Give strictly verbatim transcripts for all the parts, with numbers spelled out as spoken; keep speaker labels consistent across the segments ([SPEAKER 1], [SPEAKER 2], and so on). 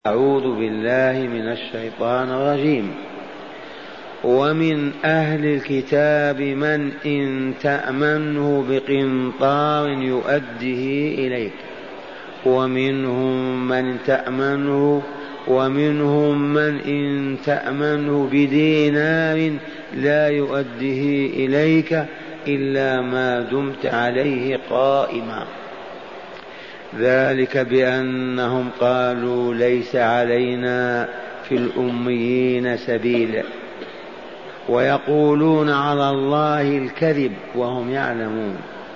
[SPEAKER 1] أعوذ بالله من الشيطان الرجيم. ومن أهل الكتاب من إن تأمنه بقنطار يؤده إليك ومنهم من تأمنه ومنهم من إن تأمنه بدينار لا يؤده إليك إلا ما دمت عليه قائما، ذلك بأنهم قالوا ليس علينا في الأميين سبيل ويقولون على الله الكذب وهم يعلمون.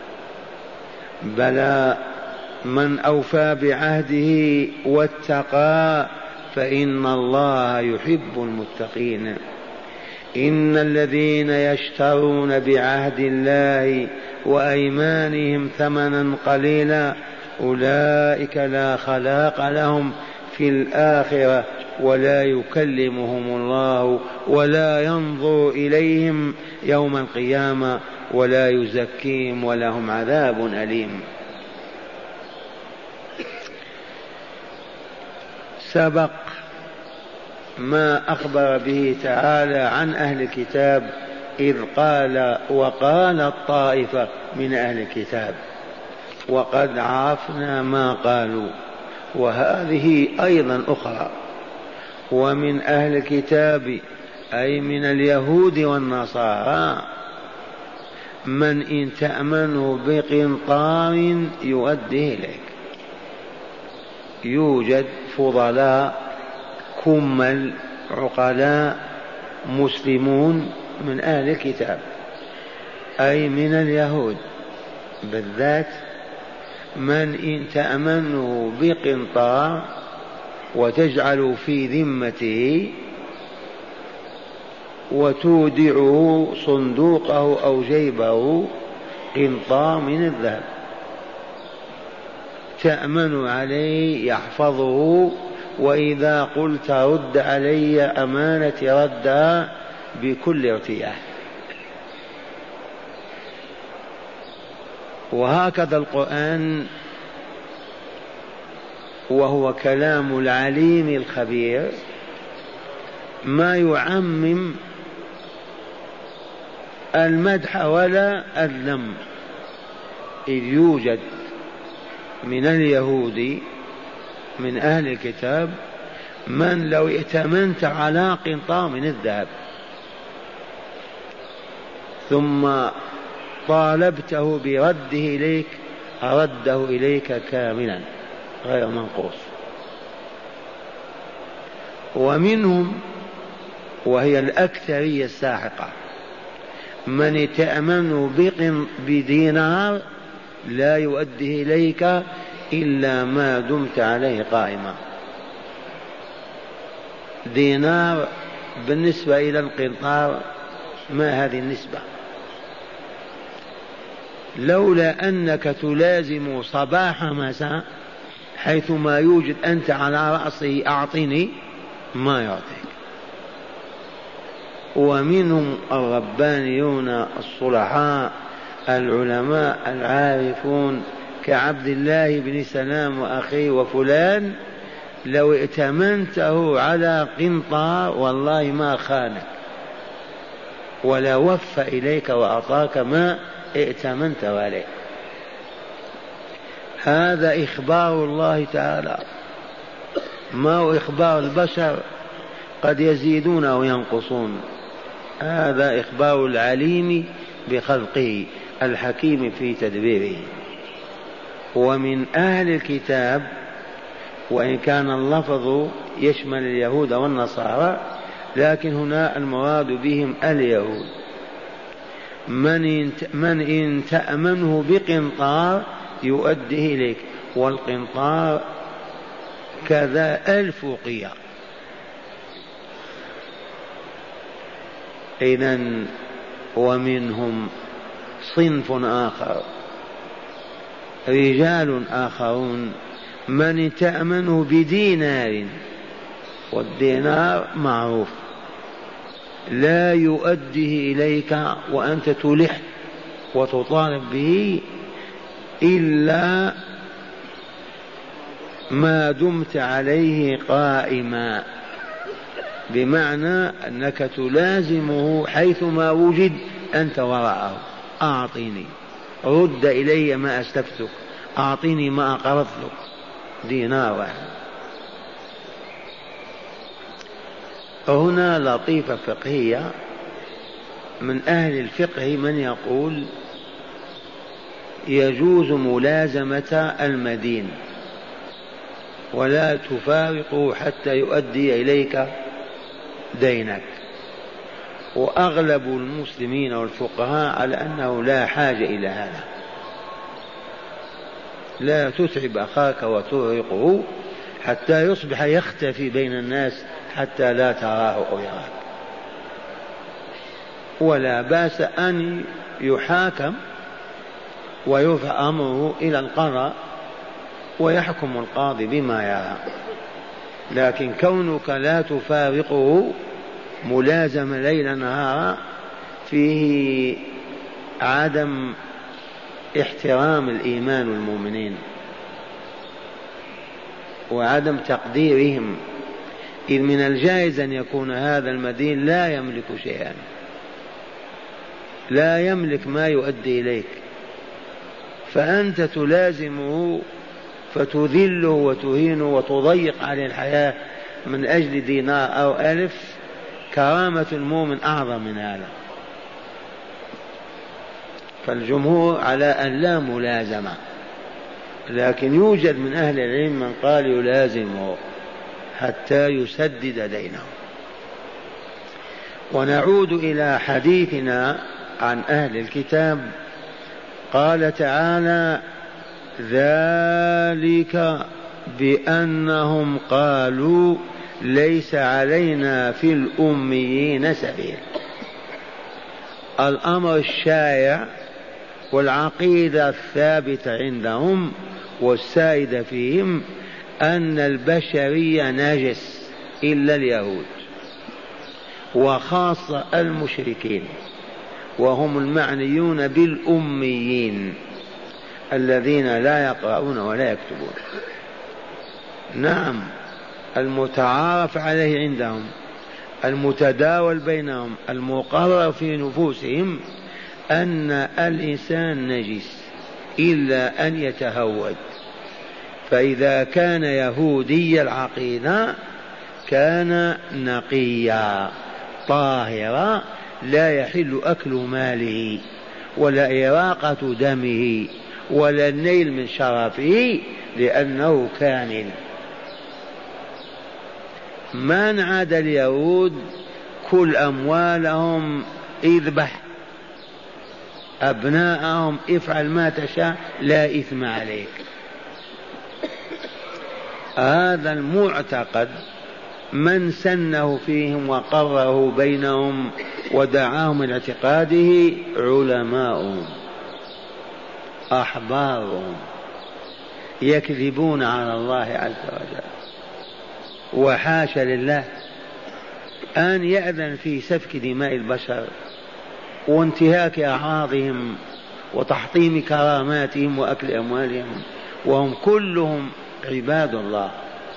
[SPEAKER 1] بلى من أوفى بعهده واتقى فإن الله يحب المتقين. إن الذين يشترون بعهد الله وأيمانهم ثمنا قليلا أولئك لا خلاق لهم في الآخرة ولا يكلمهم الله ولا ينظر إليهم يوم القيامة ولا يزكيهم ولهم عذاب أليم. سبق ما أخبر به تعالى عن أهل الكتاب إذ قال وقال الطائفة من أهل الكتاب، وقد عرفنا ما قالوا، وهذه أيضا أخرى. ومن أهل الكتاب أي من اليهود والنصارى من إن تأمنه بقنطار يؤديه إليك. يوجد فضلاء كمل عقلاء مسلمون من أهل الكتاب أي من اليهود بالذات من إن تأمنه بقنطار وتجعل في ذمته وتودعه صندوقه أو جيبه قنطار من الذهب تأمن عليه يحفظه، وإذا قلت رد علي أمانتي ردها بكل ارتياح. وهكذا القرآن وهو كلام العليم الخبير ما يعمم المدح ولا الذم، إذ يوجد من اليهود من أهل الكتاب من لو ائتمنت على قنطار من الذهب ثم طالبته برده إليك رده إليك كاملا غير منقوص. ومنهم وهي الأكثرية الساحقة من ائتمنه بدينار لا يؤديه إليك إلا ما دمت عليه قائما. دينار بالنسبة إلى القنطار ما هذه النسبة؟ لولا أنك تلازم صباح مساء حيثما يوجد أنت على رأسه أعطني ما يعطيك. ومنهم الربانيون الصلحاء العلماء العارفون كعبد الله بن سلام وأخيه وفلان لو ائتمنته على قنطار والله ما خانك ولا وفى إليك وأعطاك ما ائتمنته عليه. هذا إخبار الله تعالى، ما هو إخبار البشر، قد يزيدون أو ينقصون. هذا إخبار العليم بخلقه الحكيم في تدبيره. ومن أهل الكتاب وإن كان اللفظ يشمل اليهود والنصارى لكن هنا المراد بهم اليهود من من إن تأمنه بقنطار يؤديه إليك، والقنطار كذا ألف وقية. إذن ومنهم صنف آخر رجال آخرون من تأمنه بدينار، والدينار معروف لا يؤديه إليك وأنت تلح وتطالب به إلا ما دمت عليه قائما، بمعنى أنك تلازمه حيثما وجد أنت وراءه. أعطني، رد إلي ما أستفتك، أعطني ما أقرضت لك، دينار واحد. هنا لطيفة فقهية من أهل الفقه من يقول يجوز ملازمة المدين ولا تفارقه حتى يؤدي إليك دينك، وأغلب المسلمين والفقهاء على أنه لا حاجة إلى هذا، لا تتعب أخاك وترهقه حتى يصبح يختفي بين الناس حتى لا تراه أو يراك. ولا بأس أن يحاكم ويرفع أمره إلى القضاء ويحكم القاضي بما يرى، لكن كونك لا تفارقه ملازم ليل نهارا فيه عدم احترام الإيمان والمؤمنين وعدم تقديرهم، إذ من الجائز أن يكون هذا المدين لا يملك شيئا، لا يملك ما يؤدي إليك، فأنت تلازمه فتذله وتهينه وتضيق عليه الحياة من أجل دينار أو ألف. كرامة المؤمن أعظم من هذا. فالجمهور على أن لا ملازمة، لكن يوجد من أهل العلم من قال يلازمه حتى يسدد دينه. ونعود إلى حديثنا عن أهل الكتاب. قال تعالى: ذلك بأنهم قالوا ليس علينا في الأميين سبيل. الأمر الشائع والعقيدة الثابتة عندهم والسائدة فيهم أن البشرية نجس إلا اليهود، وخاصة المشركين، وهم المعنيون بالأميين الذين لا يقرؤون ولا يكتبون. نعم، المتعارف عليه عندهم، المتداول بينهم، المقرر في نفوسهم أن الإنسان نجس إلا أن يتهود. فإذا كان يهودي العقيدة كان نقيا طاهرا، لا يحل أكل ماله ولا إراقة دمه ولا النيل من شرفه، لأنه كامل. من عدا اليهود كل أموالهم، اذبح أبناءهم، افعل ما تشاء، لا إثم عليك. هذا المعتقد من سنه فيهم وقرره بينهم ودعاهم من اعتقاده علماؤهم أحبارهم، يكذبون على الله عز وجل. وحاشا لله أن يأذن في سفك دماء البشر وانتهاك أعراضهم وتحطيم كراماتهم وأكل أموالهم، وهم كلهم عباد الله.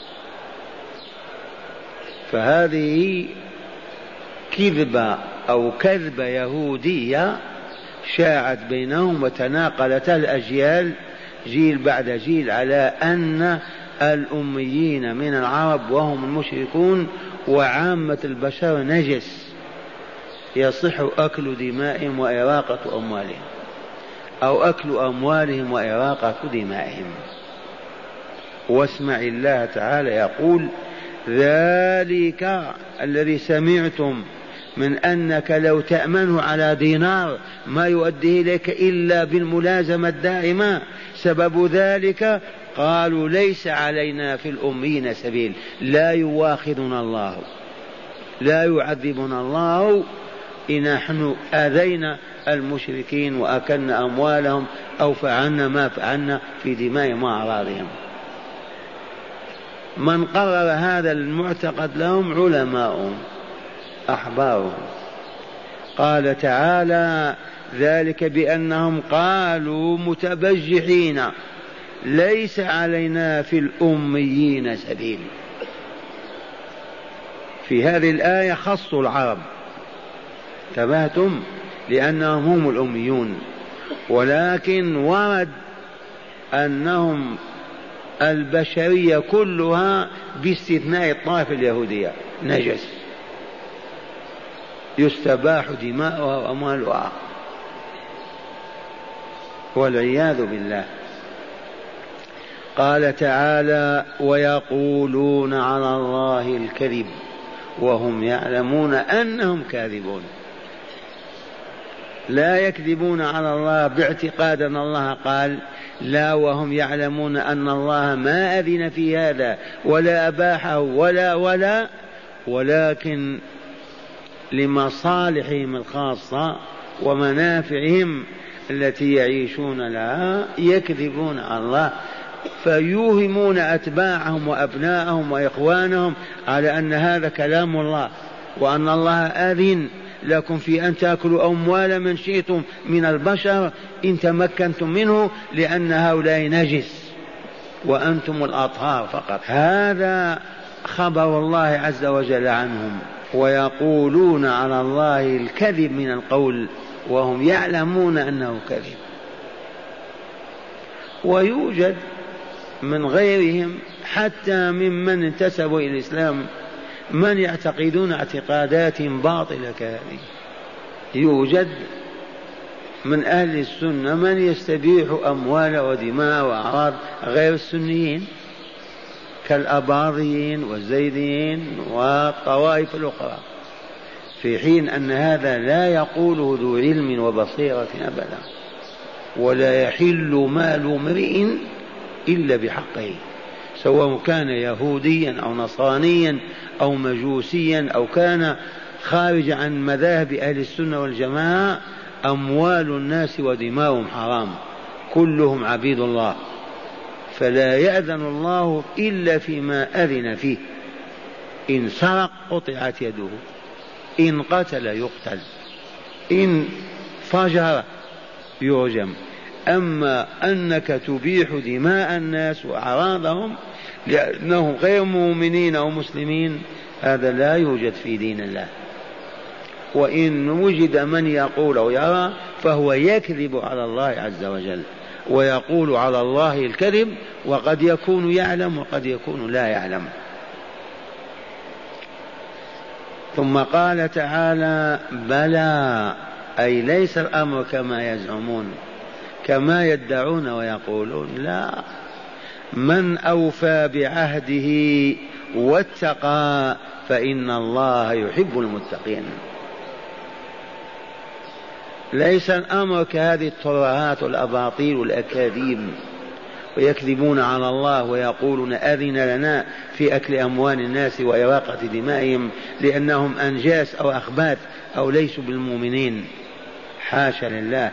[SPEAKER 1] فهذه كذبة أو كذبة يهودية شاعت بينهم وتناقلت الأجيال جيل بعد جيل على أن الأميين من العرب وهم المشركون وعامة البشر نجس، يصح أكل دمائهم وإراقة أموالهم، أو أكل أموالهم وإراقة دمائهم. واسمع الله تعالى يقول: ذلك الذي سمعتم من أنك لو تأمنه على دينار ما يؤديه إليك إلا بالملازمة الدائمة، سبب ذلك قالوا ليس علينا في الأمين سبيل. لا يواخذنا الله، لا يعذبنا الله إن نحن أذينا المشركين وأكلنا أموالهم أو فعلنا ما فعلنا في دمائهم وأعراضهم. من قرر هذا المعتقد لهم علماؤهم أحبارهم. قال تعالى: ذلك بأنهم قالوا متبجحين، ليس علينا في الأميين سبيل. في هذه الآية خصوا العرب، انتبهتم؟ لأنهم هم الأميون، ولكن ورد أنهم البشرية كلها باستثناء الطائفة اليهودية نجس، يستباح دماؤها وأموالها والعياذ بالله. قال تعالى: ويقولون على الله الكذب وهم يعلمون أنهم كاذبون. لا يكذبون على الله باعتقاد أن الله قال، لا، وهم يعلمون أن الله ما أذن في هذا ولا أباحه ولا ولا ولكن لمصالحهم الخاصة ومنافعهم التي يعيشون لها يكذبون على الله، فيوهمون أتباعهم وأبناءهم وإخوانهم على أن هذا كلام الله، وأن الله أذن لكم في أن تأكلوا أموال من شئتم من البشر إن تمكنتم منه، لأن هؤلاء نجس وأنتم الأطهار فقط. هذا خبر الله عز وجل عنهم. ويقولون على الله الكذب من القول وهم يعلمون أنه كذب. ويوجد من غيرهم حتى ممن انتسبوا إلى الإسلام من يعتقدون اعتقادات باطلة كهذه. يوجد من أهل السنة من يستبيح أموال ودماء وأعراض غير السنيين كالأباضيين والزيديين والطوائف الأخرى، في حين أن هذا لا يقوله ذو علم وبصيرة أبدا. ولا يحل مال امرئ إلا بحقه، سواء كان يهوديا أو نصرانيا أو مجوسيا أو كان خارج عن مذاهب أهل السنة والجماعة. أموال الناس ودماؤهم حرام، كلهم عبيد الله، فلا يأذن الله إلا فيما أذن فيه. إن سرق قطعت يده، إن قتل يقتل، إن فجر يرجم. أما أنك تبيح دماء الناس وأعراضهم لأنهم غير مؤمنين أو مسلمين، هذا لا يوجد في دين الله. وإن وجد من يقول أو يرى فهو يكذب على الله عز وجل، ويقول على الله الكذب، وقد يكون يعلم وقد يكون لا يعلم. ثم قال تعالى: بلى، أي ليس الأمر كما يزعمون كما يدعون ويقولون، لا، من أوفى بعهده واتقى فإن الله يحب المتقين. ليس الأمر كهذه الترهات والأباطيل والأكاذيب، ويكذبون على الله ويقولون أذن لنا في أكل أموال الناس وإراقة دمائهم لأنهم أنجاس أو أخباث أو ليسوا بالمؤمنين. حاشا لله.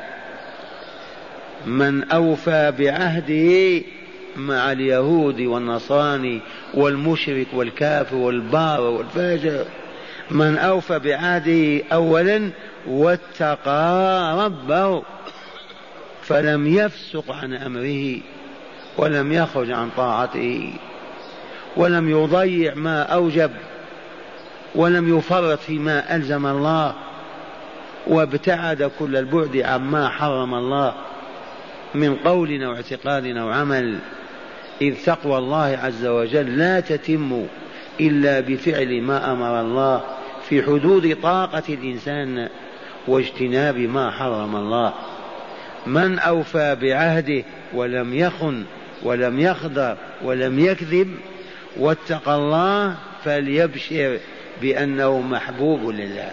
[SPEAKER 1] من أوفى بعهده مع اليهود والنصارى والمشرك والكافر والبار والفاجر، من أوفى بعهده أولا واتقى ربه فلم يفسق عن أمره ولم يخرج عن طاعته ولم يضيع ما أوجب ولم يفرط فيما ألزم الله، وابتعد كل البعد عما حرم الله من قول أو اعتقاد أو عمل. إذ تقوى الله عز وجل لا تتم إلا بفعل ما أمر الله في حدود طاقة الإنسان واجتناب ما حرم الله. من أوفى بعهده ولم يخن ولم يخدع ولم يكذب واتقى الله فليبشر بأنه محبوب لله،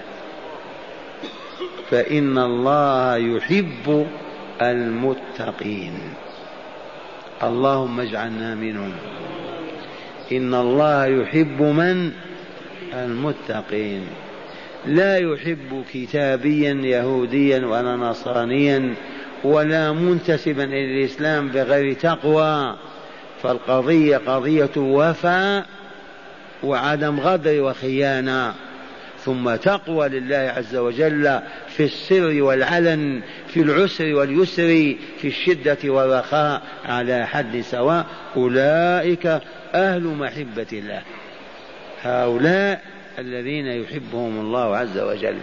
[SPEAKER 1] فإن الله يحب المتقين. اللهم اجعلنا منهم. إن الله يحب من؟ المتقين. لا يحب كتابيا يهوديا ولا نصرانيا ولا منتسبا إلى الإسلام بغير تقوى، فالقضية قضية وفاء وعدم غدر وخيانة. ثم تقوى لله عز وجل في السر والعلن، في العسر واليسر، في الشدة والرخاء على حد سواء. أولئك أهل محبة الله، هؤلاء الذين يحبهم الله عز وجل.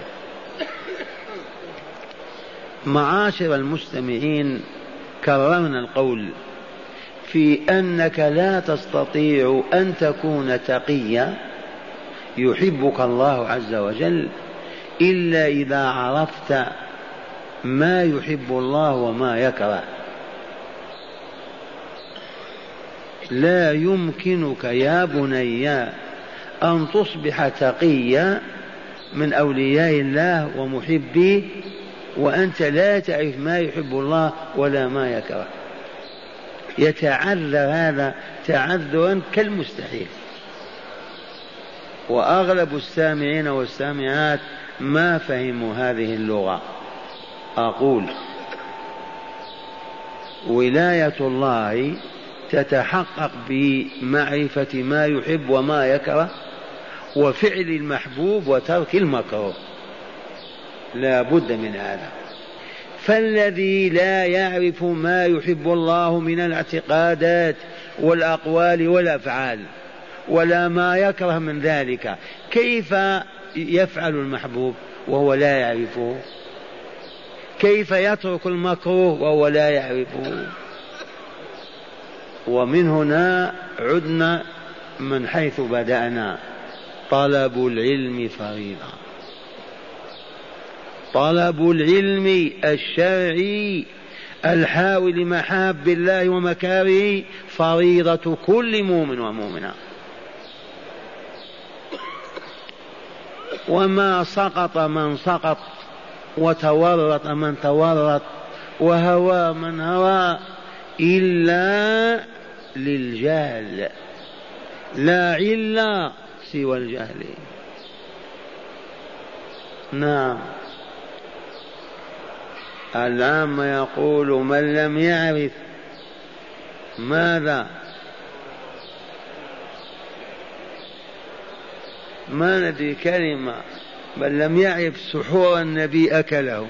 [SPEAKER 1] معاشر المستمعين، كررنا القول في أنك لا تستطيع أن تكون تقيا يحبك الله عز وجل إلا إذا عرفت ما يحب الله وما يكره. لا يمكنك يا بني أن تصبح تقيا من أولياء الله ومحبيه وأنت لا تعرف ما يحب الله ولا ما يكره. يتعذر هذا تعذرا كالمستحيل. وأغلب السامعين والسامعات ما فهموا هذه اللغة. أقول ولاية الله تتحقق بمعرفة ما يحب وما يكره وفعل المحبوب وترك المكروه، لا بد من هذا. فالذي لا يعرف ما يحب الله من الاعتقادات والأقوال والأفعال ولا ما يكره من ذلك، كيف يفعل المحبوب وهو لا يعرفه؟ كيف يترك المكروه وهو لا يعرفه؟ ومن هنا عدنا من حيث بدأنا، طلب العلم فريضة. طلب العلم الشرعي الحاول لمحاب الله ومكاره فريضة كل مؤمن ومؤمنة. وما سقط من سقط وتورط من تورط وهوى من هوى إلا للجهل، لا علة سوى الجهل. نعم، العام يقول من لم يعرف ماذا؟ ما ندري كلمة. من لم يعرف سحور النبي أكله.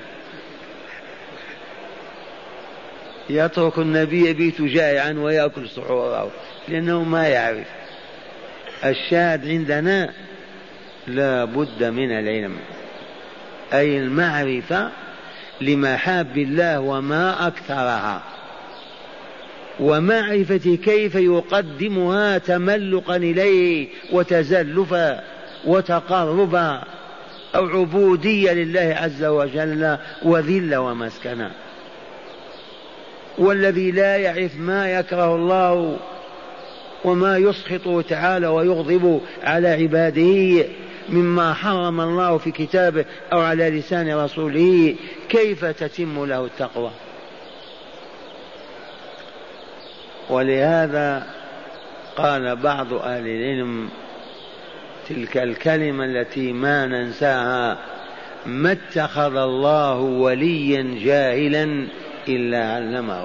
[SPEAKER 1] يترك النبي يبيت جائعا ويأكل سحوره لأنه ما يعرف. الشاهد عندنا لا بد من العلم، أي المعرفة لمحاب الله وما أكثرها، ومعرفة كيف يقدمها تملقا إليه وتزلفا وتقربا أو عبودية لله عز وجل وذل ومسكنا. والذي لا يعرف ما يكره الله وما يسخط تعالى ويغضب على عباده مما حرم الله في كتابه أو على لسان رسوله، كيف تتم له التقوى؟ ولهذا قال بعض أهل العلم تلك الكلمة التي ما ننساها: ما اتخذ الله وليا جاهلا إلا علمه.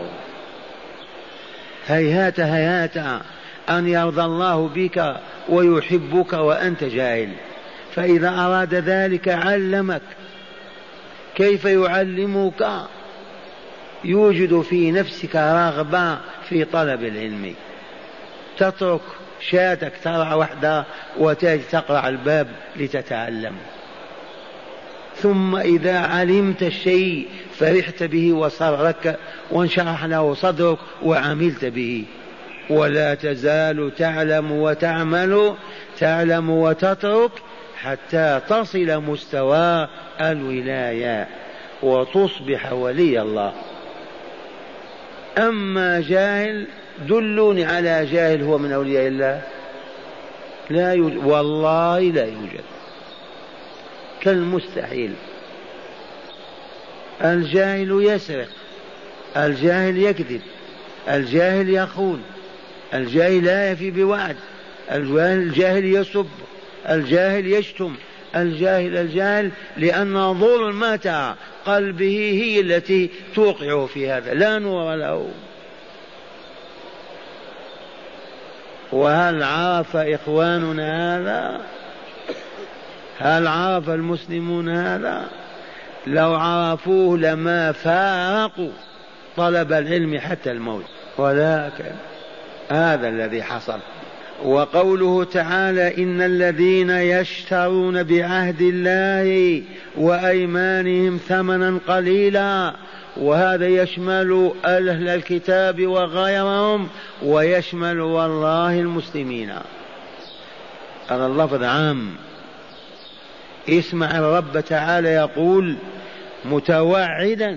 [SPEAKER 1] هيهات هيهات أن يرضى الله بك ويحبك وأنت جاهل، فإذا أراد ذلك علمك. كيف يعلمك؟ يوجد في نفسك رغبة في طلب العلم، تترك شاتك ترعى وحدها وتأتي تقرع الباب لتتعلم. ثم إذا علمت الشيء فرحت به وسرك وانشرح له صدرك وعملت به. ولا تزال تعلم وتعمل، تعلم وتترك حتى تصل مستوى الولاية وتصبح ولي الله. أما جاهل، دلوني على جاهل هو من أولياء الله. لا يوجد، والله لا يوجد، كالمستحيل. الجاهل يسرق، الجاهل يكذب، الجاهل يخون، الجاهل لا يفي بوعد، الجاهل يسب، الجاهل يشتم، الجاهل الجاهل لأن ظلمة قلبه هي التي توقعه في هذا، لا نور له. وهل عرف إخواننا هذا؟ هل عرف المسلمون هذا؟ لو عرفوه لما فارقوا طلب العلم حتى الموت، ولكن هذا الذي حصل. وقوله تعالى إن الذين يشترون بعهد الله وأيمانهم ثمنا قليلا، وهذا يشمل أهل الكتاب وغيرهم ويشمل والله المسلمين. هذا اللفظ عام. اسمع الرب تعالى يقول متوعدا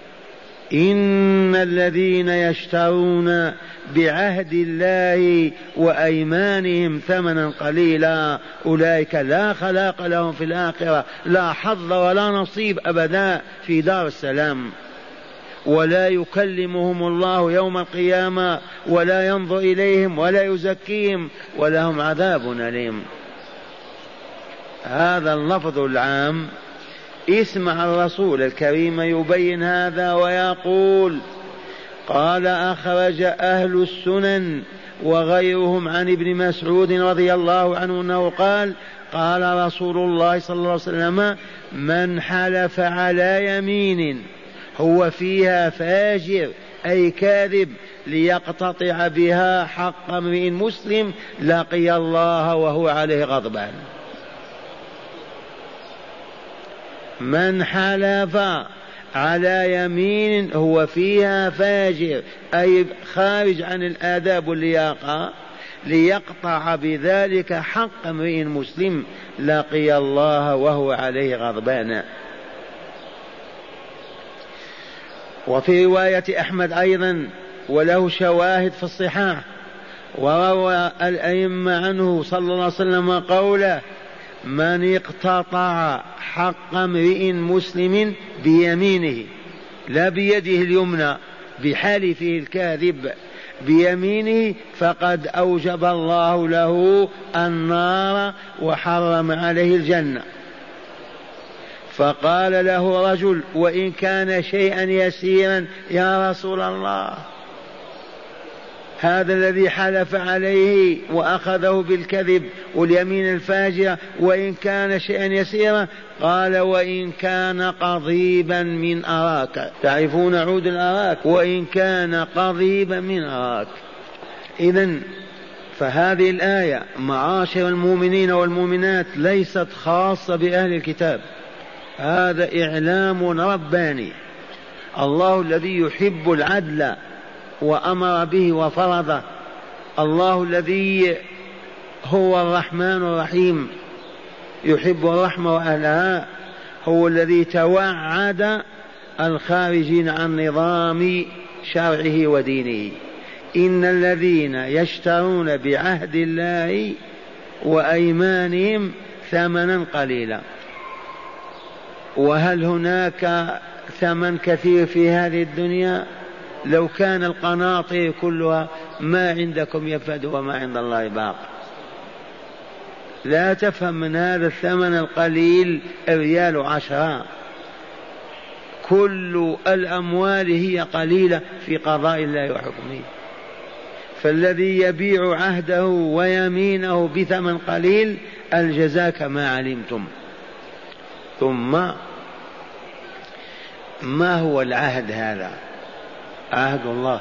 [SPEAKER 1] إن الذين يشترون بعهد الله وأيمانهم ثمنا قليلا أولئك لا خلاق لهم في الآخرة، لا حظ ولا نصيب أبدا في دار السلام، ولا يكلمهم الله يوم القيامة ولا ينظر إليهم ولا يزكيهم ولهم عذاب أليم. هذا اللفظ العام. اسمع الرسول الكريم يبين هذا ويقول قال أخرج أهل السنن وغيرهم عن ابن مسعود رضي الله عنه أنه قال قال رسول الله صلى الله عليه وسلم من حلف على يمين هو فيها فاجر أي كاذب ليقتطع بها حق امرئ مسلم لقي الله وهو عليه غضبان. من حلف على يمين هو فيها فاجر أي خارج عن الآداب واللياقة ليقطع بذلك حق امرئ مسلم لقي الله وهو عليه غضبان. وفي رواية أحمد أيضا وله شواهد في الصحاح، وروى الأئمة عنه صلى الله عليه وسلم قوله من اقتطع حق امرئ مسلم بيمينه، لا بيده اليمنى بحلفه الكاذب، بيمينه فقد أوجب الله له النار وحرم عليه الجنة. فقال له رجل وإن كان شيئا يسيرا يا رسول الله، هذا الذي حلف عليه وأخذه بالكذب واليمين الفاجرة وإن كان شيئا يسيرا، قال وإن كان قضيبا من أراك، تعرفون عود الأراك، وإن كان قضيبا من أراك. إذن فهذه الآية معاشر المؤمنين والمؤمنات ليست خاصة بأهل الكتاب، هذا إعلام رباني. الله الذي يحب العدل وأمر به وفرضه، الله الذي هو الرحمن الرحيم يحب الرحمة وأهلها، هو الذي توعد الخارجين عن نظام شرعه ودينه. إن الذين يشترون بعهد الله وأيمانهم ثمنا قليلا. وهل هناك ثمن كثير في هذه الدنيا؟ لو كان القناطير كلها ما عندكم يفد وما عند الله باق. لا تفهم من هذا الثمن القليل ريال عشرة، كل الأموال هي قليلة في قضاء الله وحكمه. فالذي يبيع عهده ويمينه بثمن قليل الجزاء كما علمتم. ثم ما هو العهد هذا؟ عهد الله.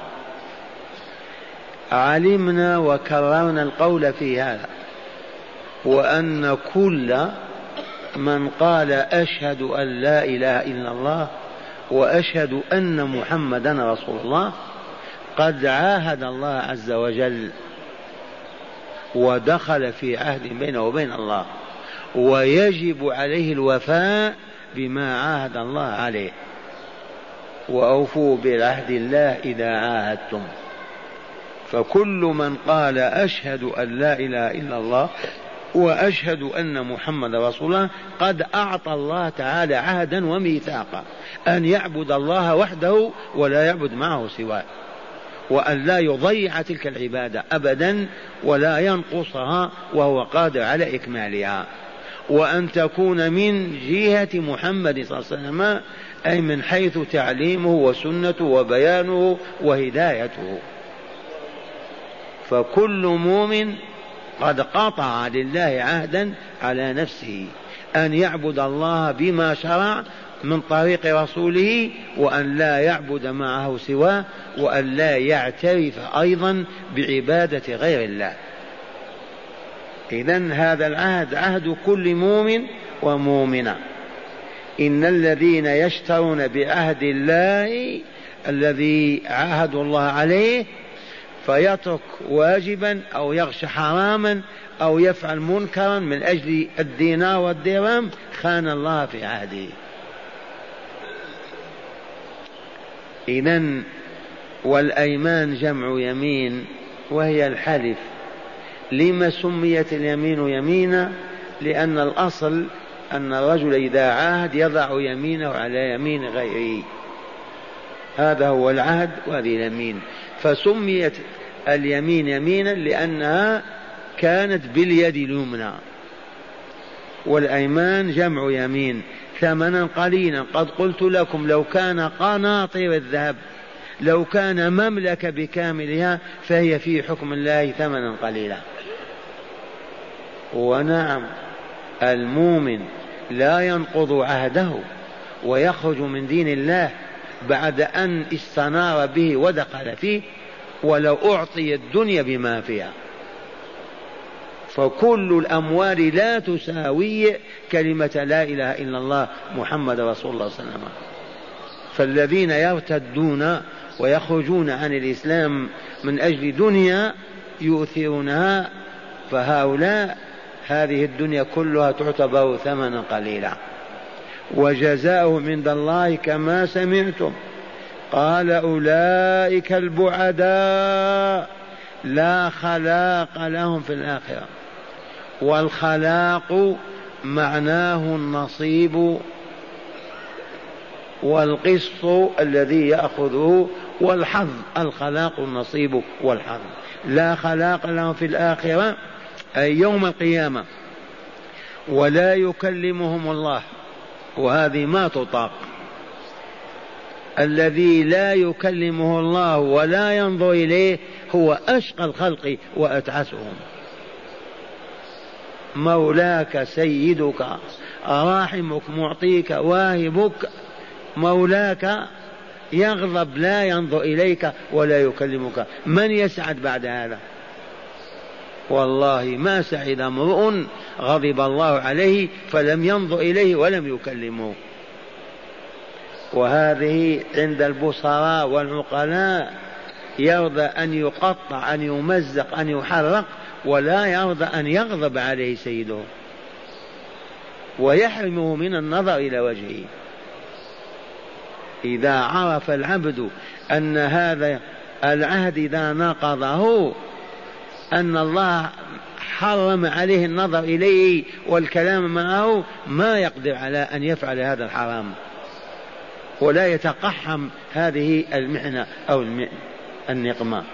[SPEAKER 1] علمنا وكررنا القول في هذا، وأن كل من قال أشهد أن لا إله إلا الله وأشهد أن محمدا رسول الله قد عاهد الله عز وجل ودخل في عهد بينه وبين الله، ويجب عليه الوفاء بما عاهد الله عليه. وأوفوا بعهد الله إذا عاهدتم. فكل من قال أشهد أن لا إله إلا الله وأشهد أن محمد رسول الله قد أعطى الله تعالى عهدا وميثاقا أن يعبد الله وحده ولا يعبد معه سواه، وأن لا يضيع تلك العبادة أبدا ولا ينقصها وهو قادر على إكمالها، وأن تكون من جهة محمد صلى الله عليه وسلم، أي من حيث تعليمه وسنته وبيانه وهدايته. فكل مؤمن قد قطع لله عهدا على نفسه أن يعبد الله بما شرع من طريق رسوله، وأن لا يعبد معه سواه، وأن لا يعترف أيضا بعبادة غير الله. إذن هذا العهد عهد كل مؤمن ومؤمنة. إن الذين يشترون بعهد الله الذي عاهدوا الله عليه فيترك واجبا أو يغش حراما أو يفعل منكرا من أجل الدينار والدرهم خان الله في عهده. إذن والأيمان جمع يمين وهي الحلف. لما سميت اليمين يمينا؟ لأن الأصل أن الرجل إذا عاهد يضع يمينه على يمين غيره، هذا هو العهد وهذه اليمين. فسميت اليمين يمينا لأنها كانت باليد اليمنى. والأيمان جمع يمين. ثمنا قليلا، قد قلت لكم لو كان قناطير الذهب، لو كان مملكة بكاملها فهي في حكم الله ثمنا قليلا. ونعم المؤمن لا ينقض عهده ويخرج من دين الله بعد أن استنار به ودخل فيه ولو أعطي الدنيا بما فيها. فكل الأموال لا تساوي كلمة لا إله إلا الله محمد رسول الله صلى الله عليه وسلم. فالذين يرتدون ويخرجون عن الإسلام من أجل دنيا يؤثرونها، فهؤلاء هذه الدنيا كلها تعتبر ثمنا قليلا. وجزاؤهم عند الله كما سمعتم قال أولئك البعداء لا خلاق لهم في الآخرة. والخلاق معناه النصيب والقسط الذي يأخذه، والحظ. الخلاق النصيب والحظ. لا خلاق لهم في الآخرة أي يوم القيامة، ولا يكلمهم الله، وهذه ما تطاق. الذي لا يكلمه الله ولا ينظر إليه هو أشقى الخلق وأتعسهم. مولاك سيدك راحمك معطيك واهبك، مولاك يغضب لا ينظر إليك ولا يكلمك، من يسعد بعد هذا؟ والله ما سعد امرؤ غضب الله عليه فلم ينظر إليه ولم يكلمه. وهذه عند البصراء والعقلاء يرضى أن يقطع، أن يمزق، أن يحرق، ولا يرضى أن يغضب عليه سيده ويحرمه من النظر إلى وجهه. إذا عرف العبد أن هذا العهد إذا نقضه أن الله حرم عليه النظر إليه والكلام معه، ما يقدر على أن يفعل هذا الحرام ولا يتقحم هذه المحنة أو النقمة.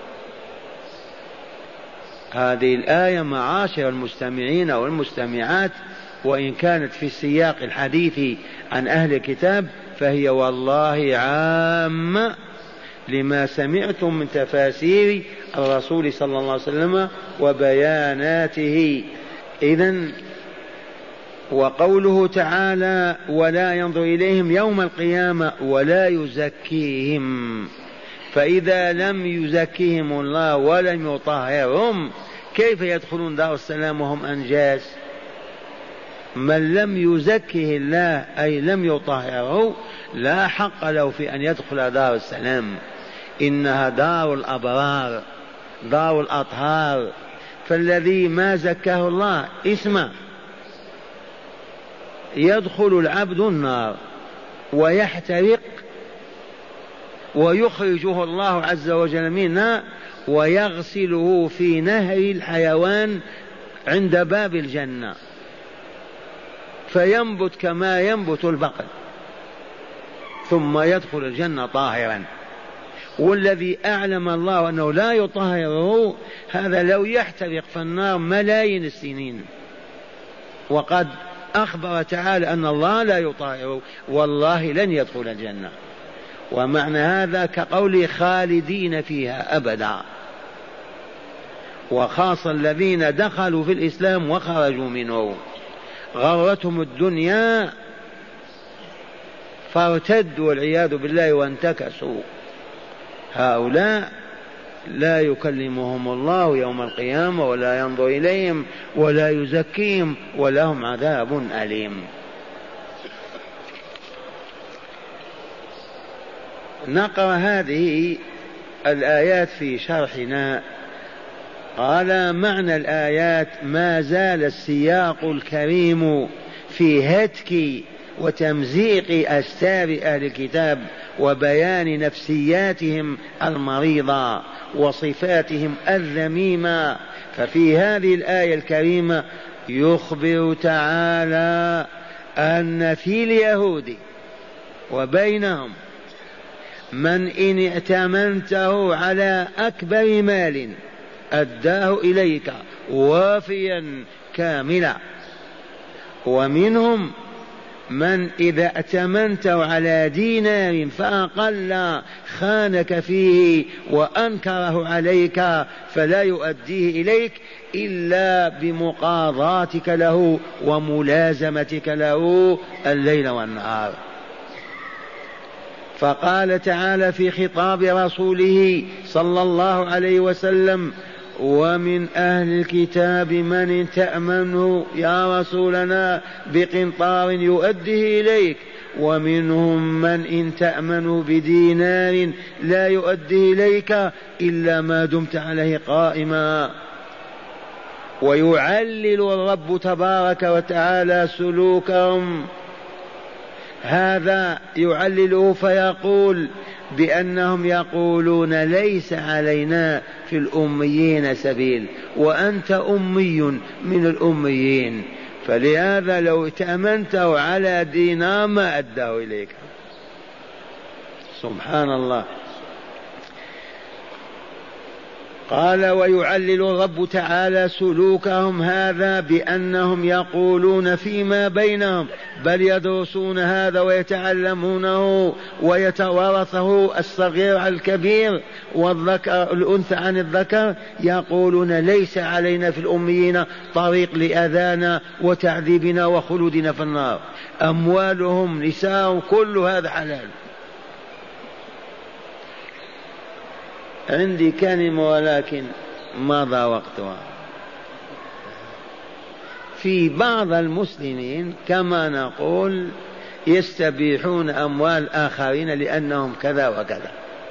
[SPEAKER 1] هذه الآية معاشر المستمعين والمستمعات، وإن كانت في السياق الحديث عن أهل الكتاب فهي والله عامة لما سمعتم من تفاسير الرسول صلى الله عليه وسلم وبياناته. إذن وقوله تعالى ولا ينظر إليهم يوم القيامة ولا يزكيهم، فإذا لم يزكيهم الله ولم يطهرهم كيف يدخلون دار السلام وهم أنجاس؟ من لم يزكه الله أي لم يطهره لا حق له في أن يدخل دار السلام. إنها دار الأبرار دار الأطهار. فالذي ما زكاه الله اسمه يدخل العبد النار ويحترق ويخرجه الله عز وجل منها ويغسله في نهر الحيوان عند باب الجنة فينبت كما ينبت البقل ثم يدخل الجنة طاهرا. والذي أعلم الله أنه لا يطهره هذا لو يحترق في النار ملايين السنين، وقد أخبر تعالى أن الله لا يطهره والله لن يدخل الجنة. ومعنى هذا كقول خالدين فيها أبدا، وخاصة الذين دخلوا في الإسلام وخرجوا منه. غرتهم الدنيا فارتدوا والعياذ بالله وانتكسوا. هؤلاء لا يكلمهم الله يوم القيامة ولا ينظر إليهم ولا يزكيهم ولهم عذاب أليم. نقرأ هذه الآيات في شرحنا. قال معنى الآيات: ما زال السياق الكريم في هتك وتمزيق أستار أهل الكتاب وبيان نفسياتهم المريضة وصفاتهم الذميمة. ففي هذه الآية الكريمة يخبر تعالى أن في اليهود وبينهم من إن ائتمنته على أكبر مال أداه إليك وافيا كاملا، ومنهم من إذا ائتمنته على دينار فأقل خانك فيه وأنكره عليك فلا يؤديه إليك إلا بمقاضاتك له وملازمتك له الليل والنهار. فقال تعالى في خطاب رسوله صلى الله عليه وسلم: ومن أهل الكتاب من تأمنه يا رسولنا بقنطار يؤديه إليك، ومنهم من إن تأمنه بدينار لا يؤديه إليك إلا ما دمت عليه قائما. ويعلل الرب تبارك وتعالى سلوكهم، هذا يعلله فيقول بأنهم يقولون: ليس علينا في الأميين سبيل، وأنت أمي من الأميين، فلهذا لو ائتمنته على دينار ما أداه إليك. سبحان الله. قال: ويعلل الرب تعالى سلوكهم هذا بأنهم يقولون فيما بينهم، بل يدرسون هذا ويتعلمونه ويتوارثه الصغير عن الكبير والذكر الأنثى عن الذكر، يقولون: ليس علينا في الأميين طريق لأذانا وتعذيبنا وخلودنا في النار، أموالهم نساء كل هذا حلال. عندي كلمة ولكن مضى وقتها. في بعض المسلمين كما نقول يستبيحون أموال آخرين لأنهم كذا وكذا،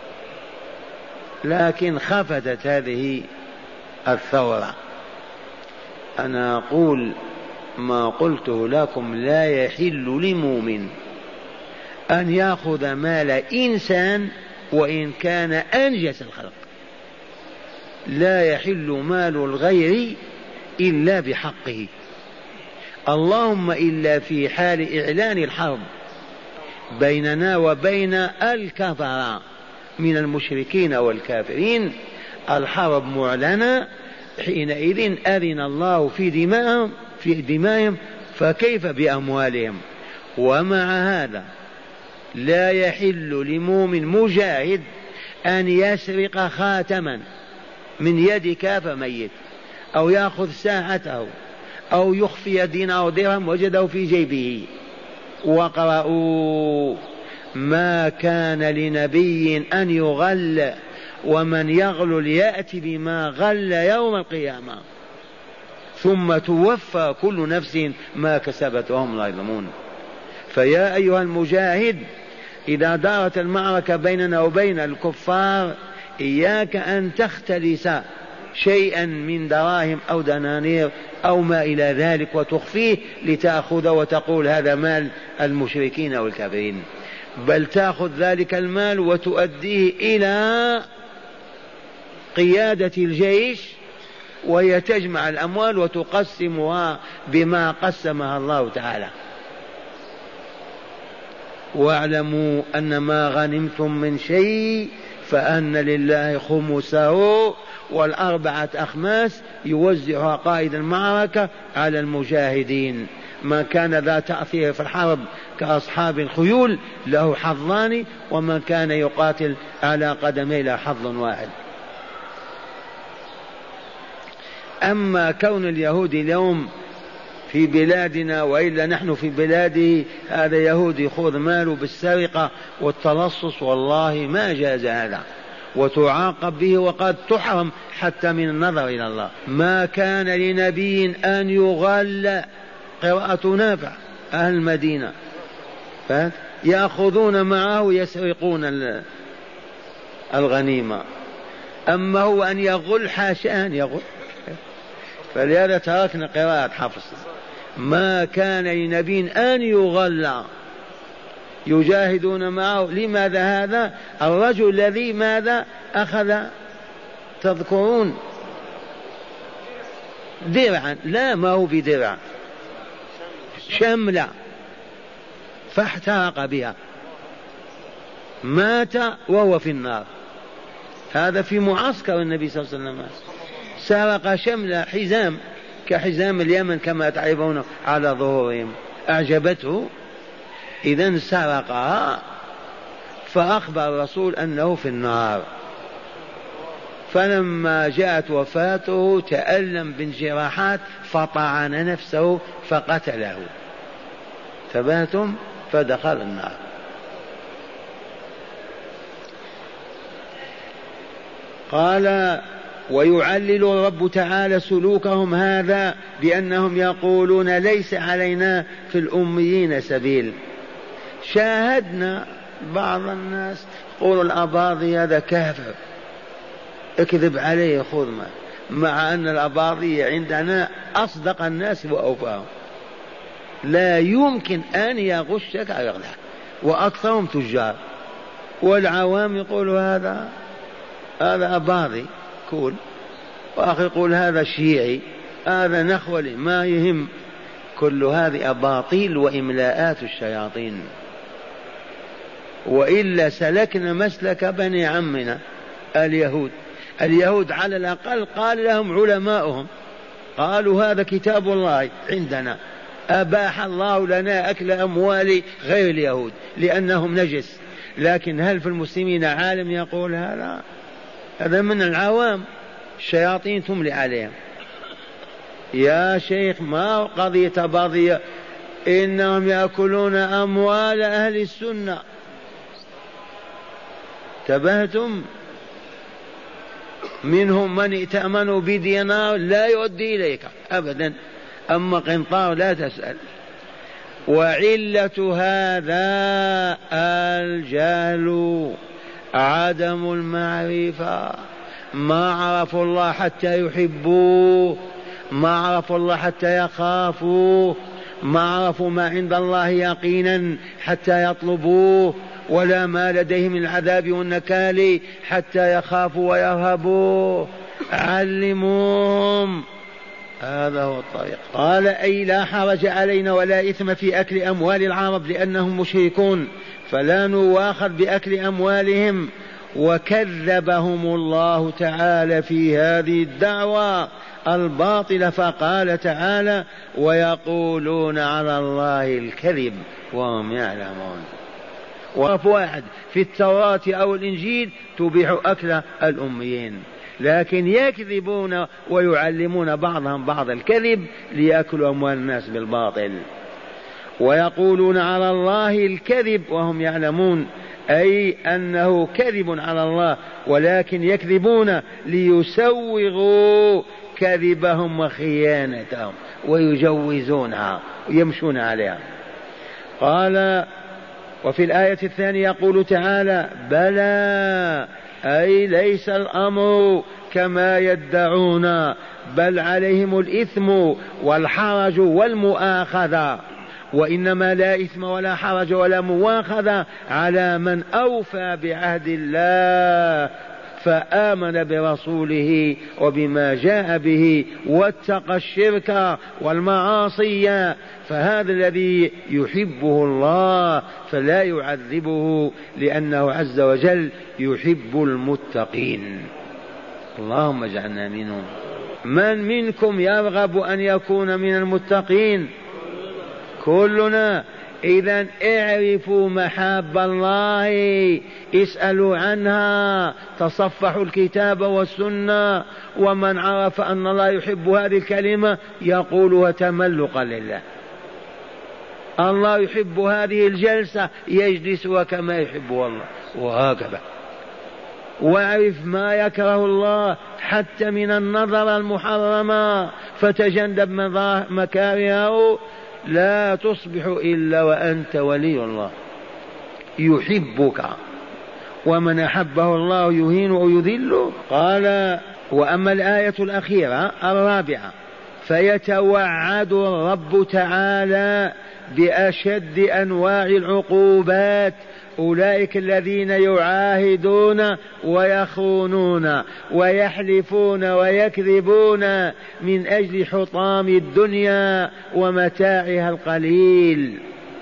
[SPEAKER 1] لكن خفتت هذه الثورة. أنا أقول ما قلته لكم: لا يحل لمؤمن أن يأخذ مال إنسان وإن كان أنجس الخلق. لا يحل مال الغير إلا بحقه، اللهم إلا في حال إعلان الحرب بيننا وبين الكفرة من المشركين والكافرين، الحرب معلنة، حينئذ أذن الله في دمائهم في دمائهم فكيف بأموالهم. ومع هذا لا يحل لمؤمن مجاهد أن يسرق خاتما من يد كافر ميت، أو يأخذ ساعته، أو يخفي دينار درهم وجده في جيبه. وقرأوا: ما كان لنبي أن يغل، ومن يغل يأتي بما غل يوم القيامة ثم توفى كل نفس ما كسبت وهم لا يظلمون. فيا أيها المجاهد، إذا دارت المعركة بيننا وبين الكفار إياك أن تختلس شيئا من دراهم أو دنانير أو ما إلى ذلك وتخفيه لتأخذ وتقول هذا مال المشركين والكافرين، بل تأخذ ذلك المال وتؤديه إلى قيادة الجيش، وهي تجمع الأموال وتقسمها بما قسمها الله تعالى. واعلموا أن ما غنمتم من شيء فأن لله خمسه والأربعة أخماس يوزعها قائد المعركة على المجاهدين. من كان ذا تأثير في الحرب كأصحاب الخيول له حظان، ومن كان يقاتل على قدميه له حظ واحد. أما كون اليهود اليوم في بلادنا وإلا نحن في بلاده، هذا يهودي يأخذ ماله بالسرقة والتلصص، والله ما جاز هذا، وتعاقب به وقد تحرم حتى من النظر إلى الله. ما كان لنبي أن يغل، قراءة نافع أهل المدينة يأخذون معه يسرقون الغنيمة، أما هو أن يغل حاشا أن يغل. فلهذا تركنا قراءة حفص. ما كان لنبي أن يغل، يجاهدون معه. لماذا هذا؟ الرجل الذي ماذا أخذ، تذكرون درعا، لا ما هو بدرع، شملة، فاحترق بها، مات وهو في النار. هذا في معسكر النبي صلى الله عليه وسلم، سرق شملة، حزام كحزام اليمن كما تعرفون على ظهورهم، أعجبته إذن سرقها، فأخبر الرسول أنه في النار. فلما جاءت وفاته تألم بانجراحات فطعن نفسه فقتله، ثباتم، فدخل النار. قال: ويعلل الرب تعالى سلوكهم هذا بأنهم يقولون ليس علينا في الأميين سبيل. شاهدنا بعض الناس يقول الأباضي هذا كافر، اكذب عليه خذ ما، مع أن الأباضي عندنا أصدق الناس وأوفاهم، لا يمكن أن يغشك أو يغلق، وأكثرهم تجار. والعوام يقولوا هذا هذا أباضي كول، وآخر يقول هذا شيعي، هذا نخولي، ما يهم. كل هذه أباطيل وإملاءات الشياطين. وإلا سلكنا مسلك بني عمنا اليهود. اليهود على الأقل قال لهم علماؤهم، قالوا هذا كتاب الله عندنا، أباح الله لنا أكل أموال غير اليهود لأنهم نجس. لكن هل في المسلمين عالم يقول هذا؟ هذا من العوام، الشياطين تملي عليهم. يا شيخ ما قضية باضية، إنهم يأكلون أموال أهل السنة، تبهتم. منهم من ائتمنوا بدينار لا يؤدي إليك أبدا، أما قنطار لا تسأل. وعلة هذا الجهل، عدم المعرفة، ما عرفوا الله حتى يحبوه، ما عرفوا الله حتى يخافوه، ما عرفوا ما عند الله يقينا حتى يطلبوه، ولا ما لديه من العذاب والنكال حتى يخافوا ويرهبوه. علموهم، هذا هو الطريق. قال: أي لا حرج علينا ولا إثم في أكل أموال العرب لأنهم مشركون، فلا نواخذ بأكل أموالهم. وكذبهم الله تعالى في هذه الدعوة الباطلة، فقال تعالى: ويقولون على الله الكذب وهم يعلمون. وواحد في التوراة أو الإنجيل تبيح أكل الأميين، لكن يكذبون ويعلمون بعضهم بعض الكذب ليأكلوا أموال الناس بالباطل. ويقولون على الله الكذب وهم يعلمون، أي أنه كذب على الله، ولكن يكذبون ليسوغوا كذبهم وخيانتهم ويجوزونها ويمشون عليها. قال: وفي الآية الثانية يقول تعالى: بلى، أي ليس الأمر كما يدعون، بل عليهم الإثم والحرج والمؤاخذة، وإنما لا إثم ولا حرج ولا مؤاخذة على من أوفى بعهد الله فآمن برسوله وبما جاء به واتقى الشرك والمعاصي، فهذا الذي يحبه الله فلا يعذبه، لأنه عز وجل يحب المتقين. اللهم اجعلنا منهم. من منكم يرغب أن يكون من المتقين؟ كلنا. إذن اعرفوا محاب الله، اسألوا عنها، تصفحوا الكتاب والسنة. ومن عرف أن الله يحب هذه الكلمة يقولها تملقا لله. الله يحب هذه الجلسة يجلسها كما يحبها الله، وهكذا. واعرف ما يكره الله حتى من النظر المحرمة فتجنب مكارهه، لا تصبح إلا وأنت ولي الله يحبك. ومن أحبه الله يهين أو يذل. قال: وأما الآية الأخيرة الرابعة فيتوعد الرب تعالى بأشد أنواع العقوبات أولئك الذين يعاهدون ويخونون ويحلفون ويكذبون من أجل حطام الدنيا ومتاعها القليل.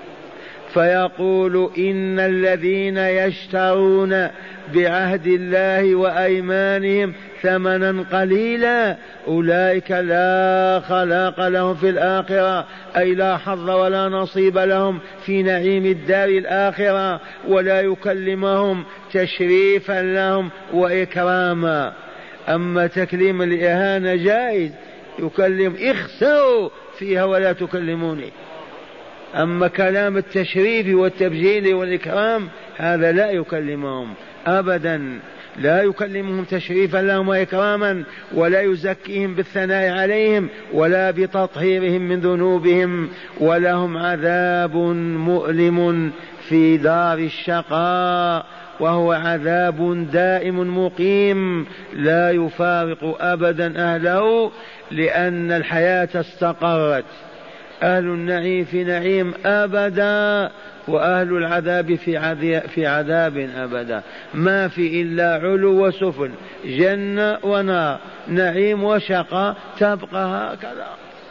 [SPEAKER 1] فيقول: إن الذين يشترون بعهد الله وأيمانهم ثمنا قليلا أولئك لا خلاق لهم في الآخرة، أي لا حظ ولا نصيب لهم في نعيم الدار الآخرة، ولا يكلمهم تشريفا لهم وإكراما. أما تكليم الإهانة جائز، يكلم: اخسوا فيها ولا تكلموني. أما كلام التشريف والتبجيل والإكرام هذا لا يكلمهم أبدا، لا يكلمهم تشريفا لهم وإكراما، ولا يزكيهم بالثناء عليهم ولا بتطهيرهم من ذنوبهم. ولهم عذاب مؤلم في دار الشقاء، وهو عذاب دائم مقيم لا يفارق أبدا أهله، لأن الحياة استقرت. أهل النعيم في نعيم أبدا، وأهل العذاب في عذاب, في عذاب أبدا. ما في إلا علو وسفل، جنة ونار، نعيم وشقاء، تبقى هكذا.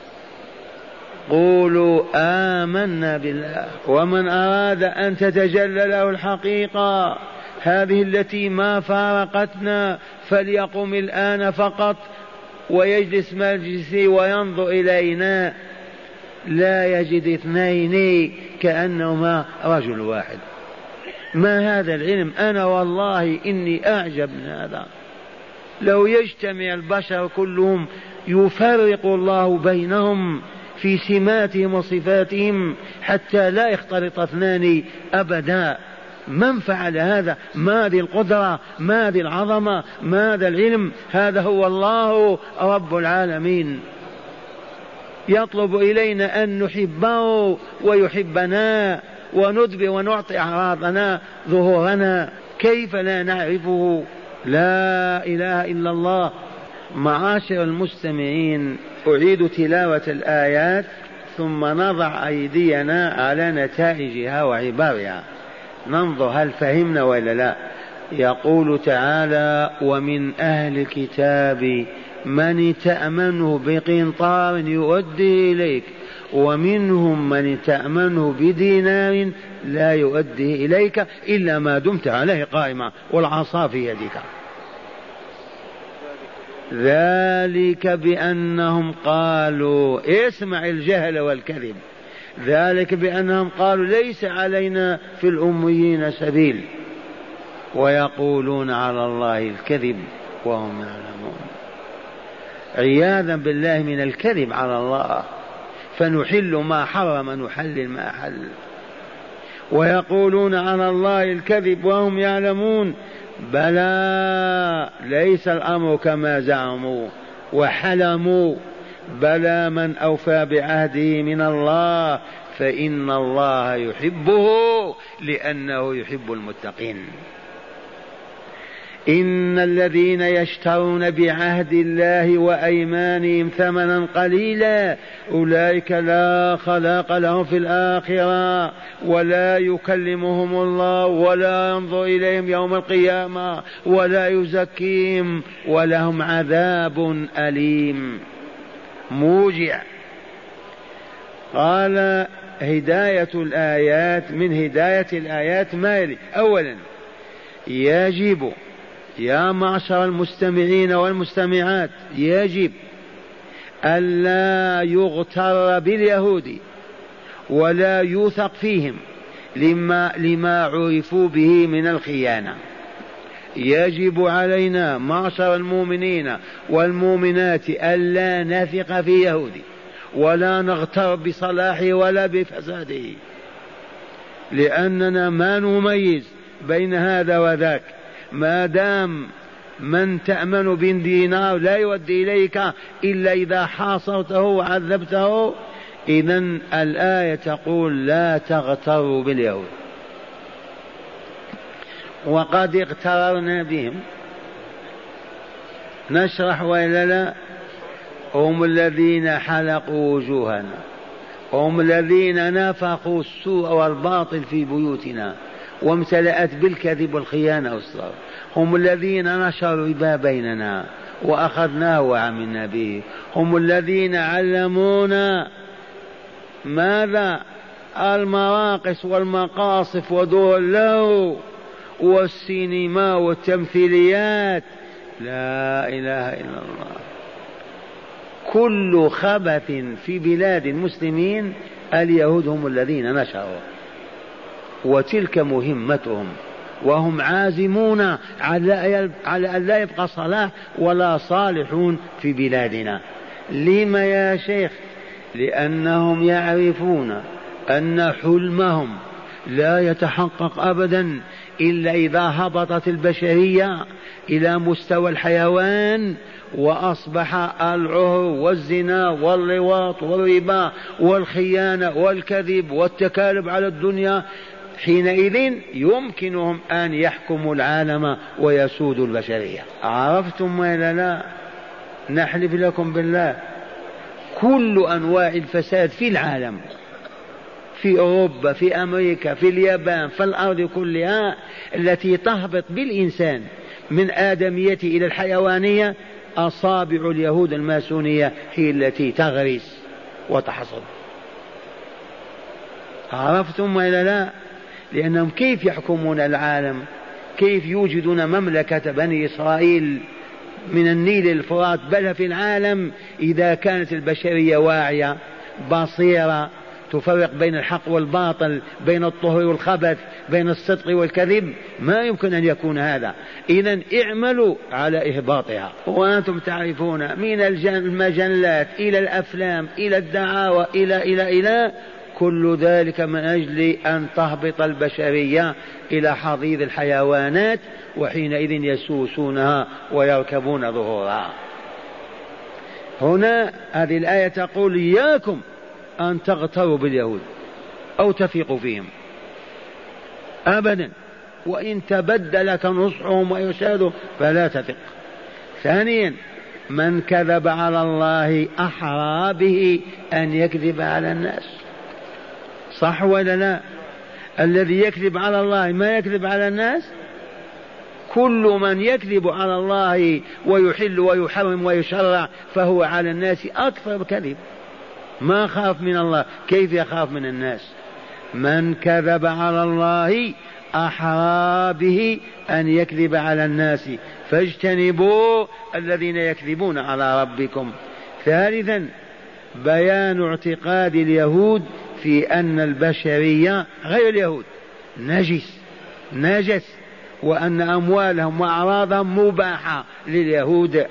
[SPEAKER 1] قولوا آمنا بالله. ومن أراد أن تتجلى له الحقيقة هذه التي ما فارقتنا فليقم الآن فقط ويجلس مجلسي وينظر إلينا، لا يجد اثنين كأنهما رجل واحد. ما هذا العلم؟ أنا والله إني أعجب من هذا. لو يجتمع البشر كلهم يفرق الله بينهم في سماتهم وصفاتهم حتى لا يختلط اثنان أبدا. من فعل هذا؟ ما ذي القدرة، ما ذي العظمة، ما ذا العلم؟ هذا هو الله رب العالمين. يطلب إلينا أن نحبه ويحبنا وندبر ونعطي أعراضنا ظهورنا. كيف لا نعرفه؟ لا إله إلا الله. معاشر المستمعين، أعيد تلاوة الآيات ثم نضع أيدينا على نتائجها وعبارها، ننظر هل فهمنا ولا لا. يقول تعالى: ومن أهل الكتاب من تأمنه بقنطار يؤديه إليك ومنهم من تأمنه بدينار لا يؤديه إليك إلا ما دمت عليه قائما والعصا في يدك. ذلك بأنهم قالوا، اسمع الجهل والكذب، ذلك بأنهم قالوا ليس علينا في الأميين سبيل، ويقولون على الله الكذب وهم يعلمون. عياذا بالله من الكذب على الله، فنحل ما حرم، نحلل ما حل. ويقولون على الله الكذب وهم يعلمون. بلى، ليس الأمر كما زعموا وحلموا، بلى من أوفى بعهده من الله فإن الله يحبه لأنه يحب المتقين. إن الذين يشترون بعهد الله وأيمانهم ثمنا قليلا أولئك لا خلاق لهم في الآخرة ولا يكلمهم الله ولا ينظر إليهم يوم القيامة ولا يزكيهم ولهم عذاب أليم موجع. قال: هداية الآيات، من هداية الآيات ما يلي: أولا، يجب يا معشر المستمعين والمستمعات، يجب ألا يغتر باليهود ولا يوثق فيهم لما, لما عرفوا به من الخيانة. يجب علينا معشر المؤمنين والمؤمنات ألا نثق في يهودي ولا نغتر بصلاحه ولا بفساده، لأننا ما نميز بين هذا وذاك. ما دام من تأمن بدينار لا يؤدي إليك إلا إذا حاصرته وعذبته، إذن الآية تقول لا تغتروا باليهود. وقد اغتررنا بهم، نشرح وإلا لا؟ هم الذين حلقوا وجوهنا، هم الذين نفخوا السوء والباطل في بيوتنا وامتلأت بالكذب والخيانة والسرقة، هم الذين نشروا الربا بيننا وأخذناه وعملنا به، هم الذين علمونا ماذا؟ المراقص والمقاصف ودور اللهو والسينما والتمثيليات. لا إله إلا الله. كل خبث في بلاد المسلمين اليهود هم الذين نشروا، وتلك مهمتهم، وهم عازمون على أن لا يبقى صلاح ولا صالحون في بلادنا. لما يا شيخ؟ لأنهم يعرفون أن حلمهم لا يتحقق أبدا إلا إذا هبطت البشرية إلى مستوى الحيوان وأصبح العهر والزنا واللواط والربا والخيانة والكذب والتكالب على الدنيا. حينئذ يمكنهم أن يحكموا العالم ويسودوا البشرية. عرفتم ولا لا؟ نحلف لكم بالله كل أنواع الفساد في العالم، في أوروبا، في أمريكا، في اليابان، في الأرض كلها التي تهبط بالإنسان من آدميته إلى الحيوانية، أصابع اليهود الماسونية هي التي تغرس وتحصد. عرفتم ولا لا؟ لأنهم كيف يحكمون العالم؟ كيف يوجدون مملكة بني إسرائيل من النيل الفرات بل في العالم إذا كانت البشرية واعية بصيرة تفرق بين الحق والباطل، بين الطهر والخبث، بين الصدق والكذب؟ ما يمكن أن يكون هذا. إذن اعملوا على إهباطها. وأنتم تعرفون من المجلات إلى الأفلام إلى الدعاوى إلى إلى إلى كل ذلك من أجل أن تهبط البشرية إلى حضيض الحيوانات، وحينئذ يسوسونها ويركبون ظهورها. هنا هذه الآية تقول إياكم أن تغتروا باليهود أو تثقوا فيهم أبدا، وإن تبدلك نصحهم ويشهدوا فلا تثق. ثانيا من كذب على الله أحرى به أن يكذب على الناس. صح ولا لا؟ الذي يكذب على الله ما يكذب على الناس. كل من يكذب على الله ويحل ويحرم ويشرع فهو على الناس أكثر كذب. ما خاف من الله، كيف يخاف من الناس؟ من كذب على الله أحرى به أن يكذب على الناس فاجتنبوا الذين يكذبون على ربكم. ثالثا بيان اعتقاد اليهود في أن البشرية غير اليهود نجس نجس، وأن أموالهم وأعراضهم مباحة لليهود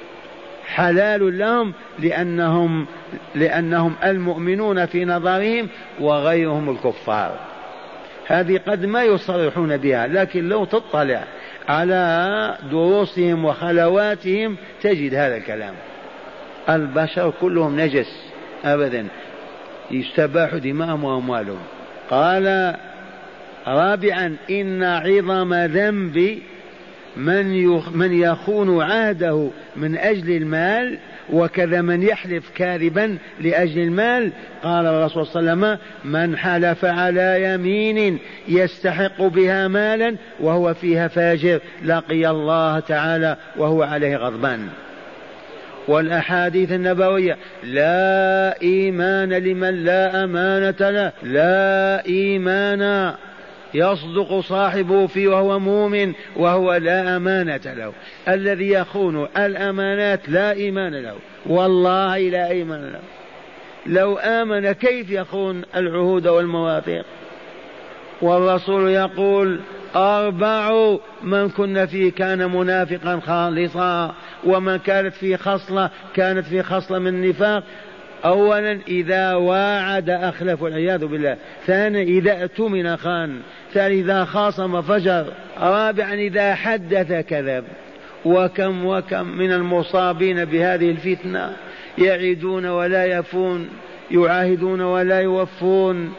[SPEAKER 1] حلال لهم لأنهم, لأنهم المؤمنون في نظرهم وغيرهم الكفار. هذه قد ما يصرحون بها، لكن لو تطلع على دروسهم وخلواتهم تجد هذا الكلام. البشر كلهم نجس أبدا، يستباح دماءهم وأموالهم. قال رابعا إن عظم ذنب من من يخون عهده من أجل المال، وكذا من يحلف كاذبا لأجل المال. قال الرسول صلى الله عليه وسلم من حلف على يمين يستحق بها مالا وهو فيها فاجر لقي الله تعالى وهو عليه غضبان. والأحاديث النبوية لا إيمان لمن لا أمانة له، لا إيمان يصدق صاحبه فيه وهو مؤمن وهو لا أمانة له. الذي يخون الأمانات لا إيمان له، والله لا إيمان له. لو آمن كيف يخون العهود والمواثيق؟ والرسول يقول أربع من كن فيه كان منافقا خالصا، ومن كانت في خصلة كانت في خصلة من النفاق. أولا إذا واعد أخلف والعياذ بالله، ثانيا إذا اؤتمن خان، ثالثا إذا خاصم فجر، رابعا إذا حدث كذب. وكم وكم من المصابين بهذه الفتنة، يعدون ولا يفون، يعاهدون ولا يوفون،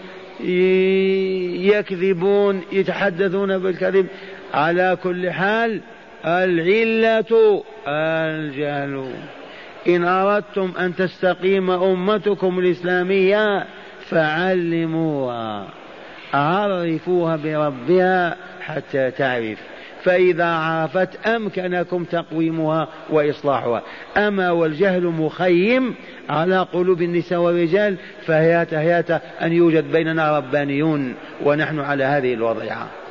[SPEAKER 1] يكذبون، يتحدثون بالكذب. على كل حال العلة الجهل. إن أردتم أن تستقيم أمتكم الإسلامية فعلموها، عرفوها بربها حتى تعرف، فإذا عرفت أمكنكم تقويمها وإصلاحها. أما والجهل مخيم على قلوب النساء والرجال فهيات هيات أن يوجد بيننا ربانيون ونحن على هذه الوضعية.